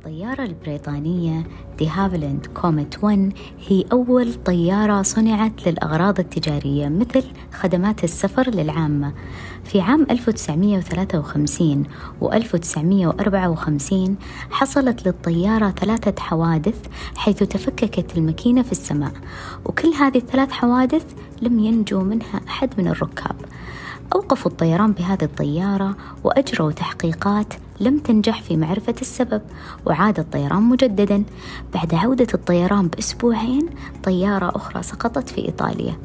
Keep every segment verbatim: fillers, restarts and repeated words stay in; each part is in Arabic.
الطيارة البريطانية دي هافيلاند كوميت واحد هي أول طيارة صنعت للأغراض التجارية مثل خدمات السفر للعامة. في عام ألف وتسعمائة وثلاثة وخمسين و ألف وتسعمائة وأربعة وخمسين حصلت للطيارة ثلاثة حوادث حيث تفككت الماكينة في السماء، وكل هذه الثلاث حوادث لم ينجو منها أحد من الركاب. أوقفوا الطيران بهذه الطيارة وأجروا تحقيقات لم تنجح في معرفة السبب، وعاد الطيران مجددا. بعد عودة الطيران بأسبوعين طيارة أخرى سقطت في إيطاليا.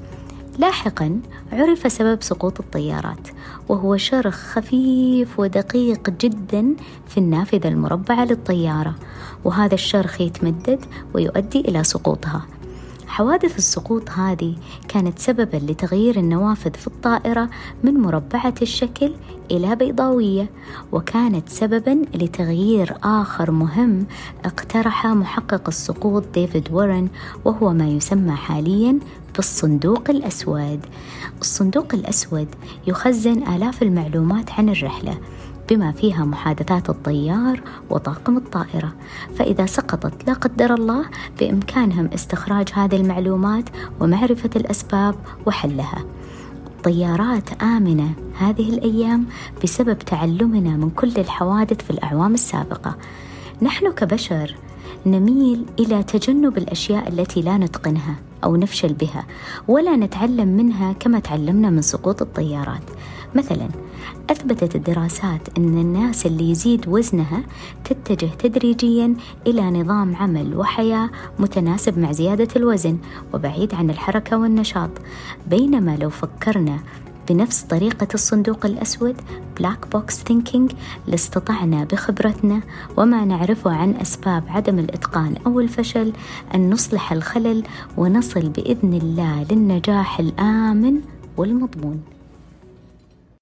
لاحقا عرف سبب سقوط الطيارات، وهو شرخ خفيف ودقيق جدا في النافذة المربعة للطيارة، وهذا الشرخ يتمدد ويؤدي إلى سقوطها. حوادث السقوط هذه كانت سببا لتغيير النوافذ في الطائرة من مربعة الشكل إلى بيضاوية، وكانت سببا لتغيير آخر مهم اقترح محقق السقوط ديفيد وارن، وهو ما يسمى حاليا بالصندوق الأسود. الصندوق الأسود يخزن آلاف المعلومات عن الرحلة بما فيها محادثات الطيار وطاقم الطائرة، فإذا سقطت لا قدر الله بإمكانهم استخراج هذه المعلومات ومعرفة الأسباب وحلها. الطيارات آمنة هذه الأيام بسبب تعلمنا من كل الحوادث في الأعوام السابقة. نحن كبشر نميل إلى تجنب الأشياء التي لا نتقنها أو نفشل بها ولا نتعلم منها كما تعلمنا من سقوط الطيارات. مثلا أثبتت الدراسات أن الناس اللي يزيد وزنها تتجه تدريجيا إلى نظام عمل وحياة متناسب مع زيادة الوزن وبعيد عن الحركة والنشاط، بينما لو فكرنا بنفس طريقة الصندوق الأسود Black Box Thinking لاستطعنا بخبرتنا وما نعرفه عن أسباب عدم الإتقان أو الفشل أن نصلح الخلل ونصل بإذن الله للنجاح الآمن والمضمون.